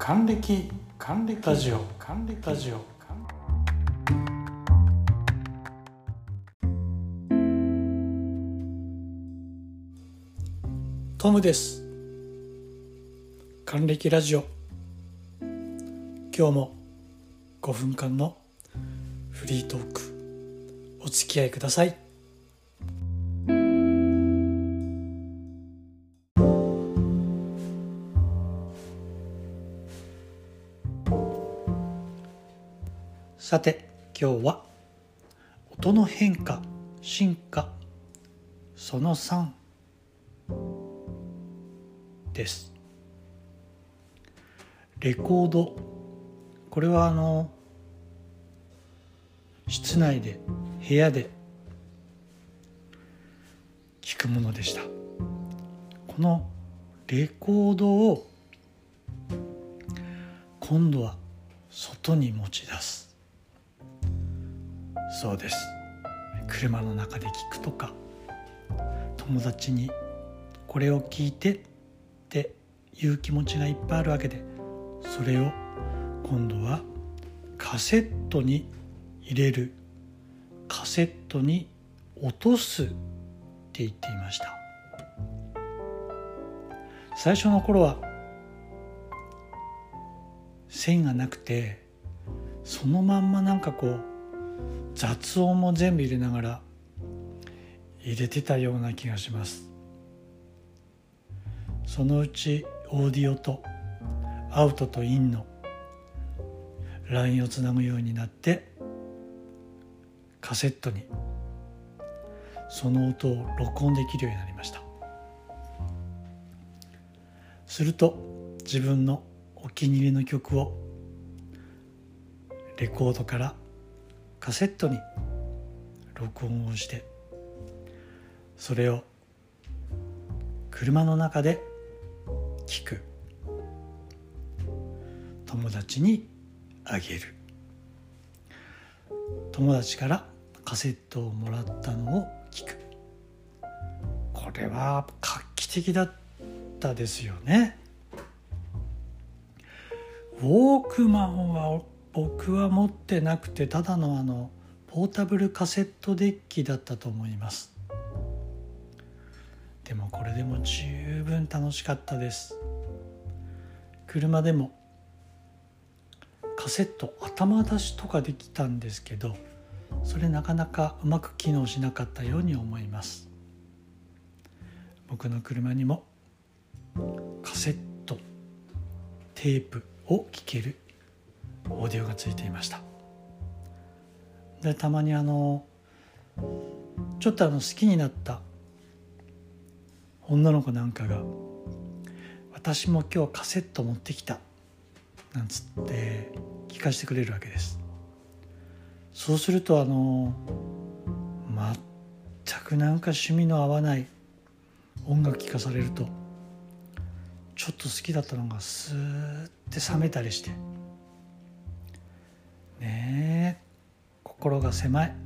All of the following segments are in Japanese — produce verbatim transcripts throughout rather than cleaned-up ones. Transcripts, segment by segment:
還暦還暦ラジオ還暦ラジオトムです。還暦ラジオ、今日もごふんかんのフリートークお付き合いください。さて今日は音の変化進化そのさんです。レコード、これはあの室内で部屋で聞くものでした。このレコードを今度は外に持ち出す。そうです。車の中で聞くとか、友達にこれを聞いてっていう気持ちがいっぱいあるわけで、それを今度はカセットに入れる、カセットに落とすって言っていました。最初の頃は線がなくて、そのまんまなんかこう雑音も全部入れながら入れてたような気がします。そのうちオーディオとアウトとインのラインをつなぐようになって、カセットにその音を録音できるようになりました。すると自分のお気に入りの曲をレコードからカセットに録音をして、それを車の中で聞く、友達にあげる、友達からカセットをもらったのを聞く。これは画期的だったですよね。ウォークマンは僕は持ってなくて、ただのあのポータブルカセットデッキだったと思います。でもこれでも十分楽しかったです。車でもカセット頭出しとかできたんですけど、それなかなかうまく機能しなかったように思います。僕の車にもカセットテープを聴けるオーディオがついていました。でたまにあのちょっとあの好きになった女の子なんかが、私も今日カセット持ってきたなんつって聞かせてくれるわけです。そうするとあの全くなんか趣味の合わない音楽聴かされると、ちょっと好きだったのがスーって冷めたりしてねえ、心が狭い。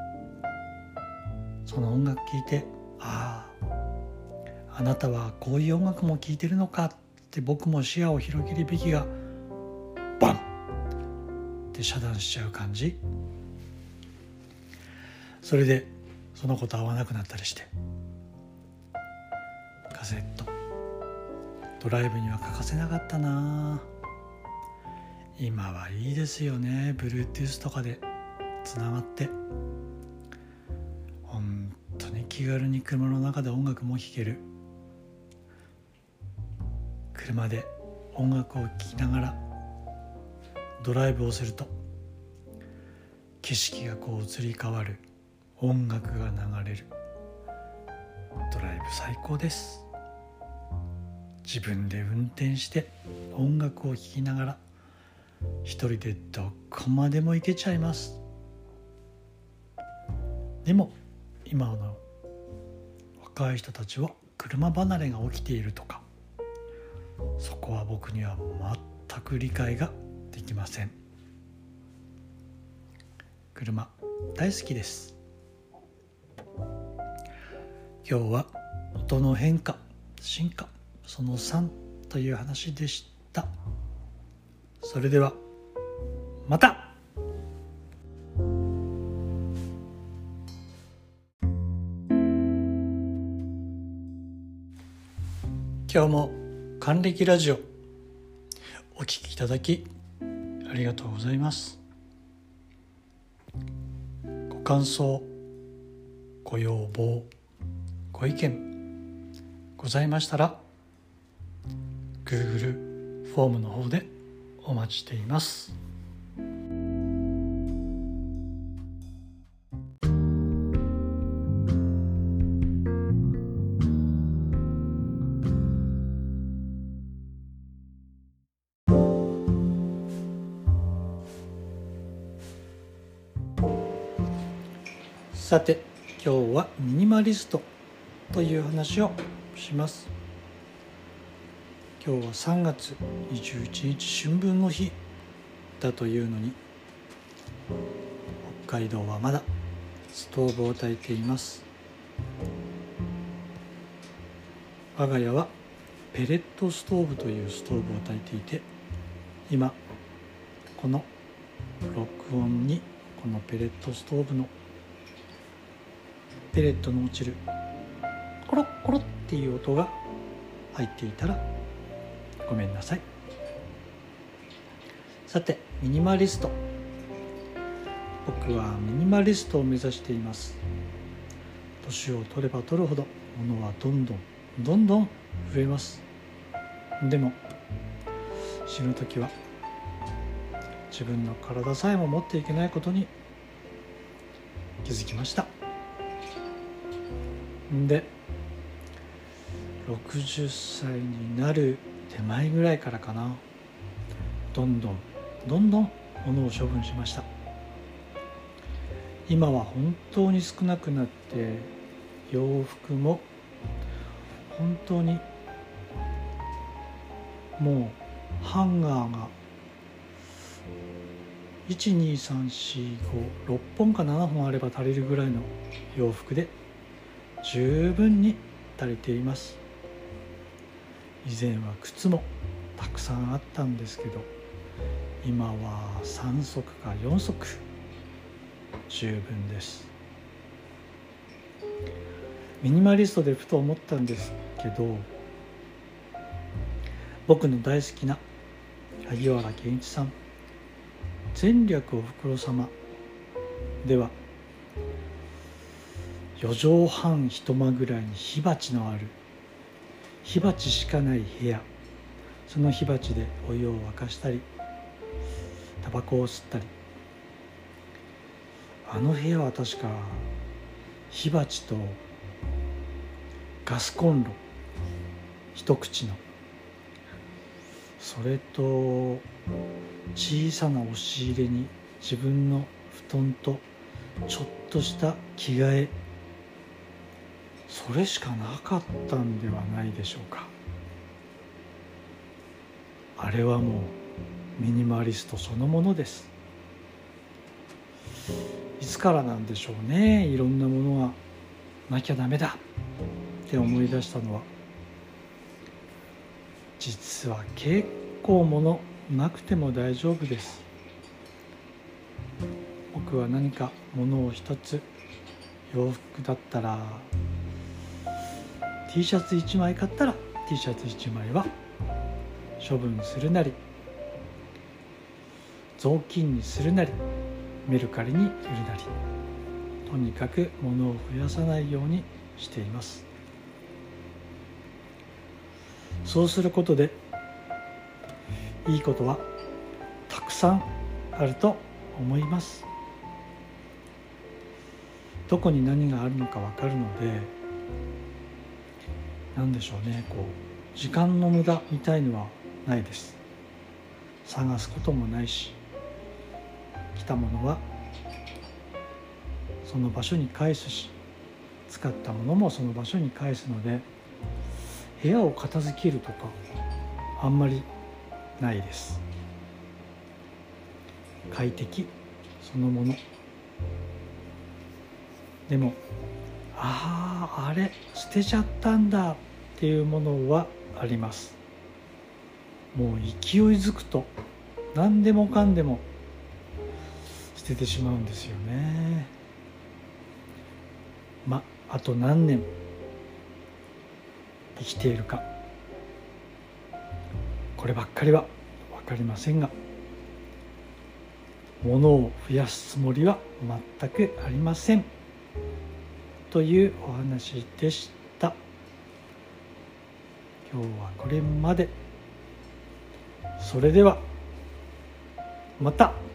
その音楽聴いて、ああ、あなたはこういう音楽も聴いてるのかって僕も視野を広げるべきがバンって遮断しちゃう感じ。それでその子と会わなくなったりして、カセットドライブには欠かせなかったな。今はいいですよね。 Bluetooth とかでつながって本当に気軽に車の中で音楽も聴ける。車で音楽を聴きながらドライブをすると、景色がこう移り変わる、音楽が流れる。ドライブ最高です。自分で運転して音楽を聴きながら一人でどこまでも行けちゃいます。でも今の若い人たちは車離れが起きているとか、そこは僕には全く理解ができません。車大好きです。今日は音の変化進化そのさんという話でした。 それではまた。今日も還暦ラジオお聞きいただきありがとうございます。ご感想、ご要望、ご意見ございましたら Google フォームの方でお待ちしています。さて、今日はミニマリストという話をします。今日はさんがつにじゅういちにち春分の日だというのに、北海道はまだストーブを焚いています。我が家はペレットストーブというストーブを焚いていて、今この録音にこのペレットストーブのペレットの落ちるコロッコロっていう音が入っていたらごめんなさい。さて、ミニマリスト、僕はミニマリストを目指しています。年を取れば取るほど物はどんどんどんどん増えます。でも死ぬ時は自分の体さえも持っていけないことに気づきました。で、ろくじゅっさいになる手前ぐらいからかな、どんどんどんどん物を処分しました。今は本当に少なくなって、洋服も本当にもうハンガーがいち、に、さん、よん、ご、ろっぽんかななほんあれば足りるぐらいの洋服で十分に足りています。以前は靴もたくさんあったんですけど、今はさんそくかよんそく十分です。ミニマリストでふと思ったんですけど、僕の大好きな萩原健一さん、前略おふくろ様では、よじょうはん一間ぐらいに火鉢のある、火鉢しかない部屋、その火鉢でお湯を沸かしたりタバコを吸ったり、あの部屋は確か火鉢とガスコンロ一口の、それと小さな押し入れに自分の布団とちょっとした着替え、それしかなかったんではないでしょうか。あれはもうミニマリストそのものです。いつからなんでしょうね、いろんなものがなきゃダメだって思い出したのは。実は結構ものなくても大丈夫です。僕は何かものを一つ、洋服だったら T シャツいちまい買ったら T シャツいちまいは処分するなり、雑巾にするなり、メルカリに売るなり、とにかく物を増やさないようにしています。そうすることでいいことはたくさんあると思います。どこに何があるのか分かるので、なんでしょうね、こう時間の無駄みたいのはないです。探すこともないし、来たものはその場所に返すし、使ったものもその場所に返すので、部屋を片付けるとかあんまりないです。快適そのもの。でも、ああ、あれ捨てちゃったんだっていうものはあります。もう勢いづくと何でもかんでも捨ててしまうんですよね。まあと何年生きているか、こればっかりは分かりませんが、物を増やすつもりは全くありませんというお話でした。今日はこれまで。それではまた。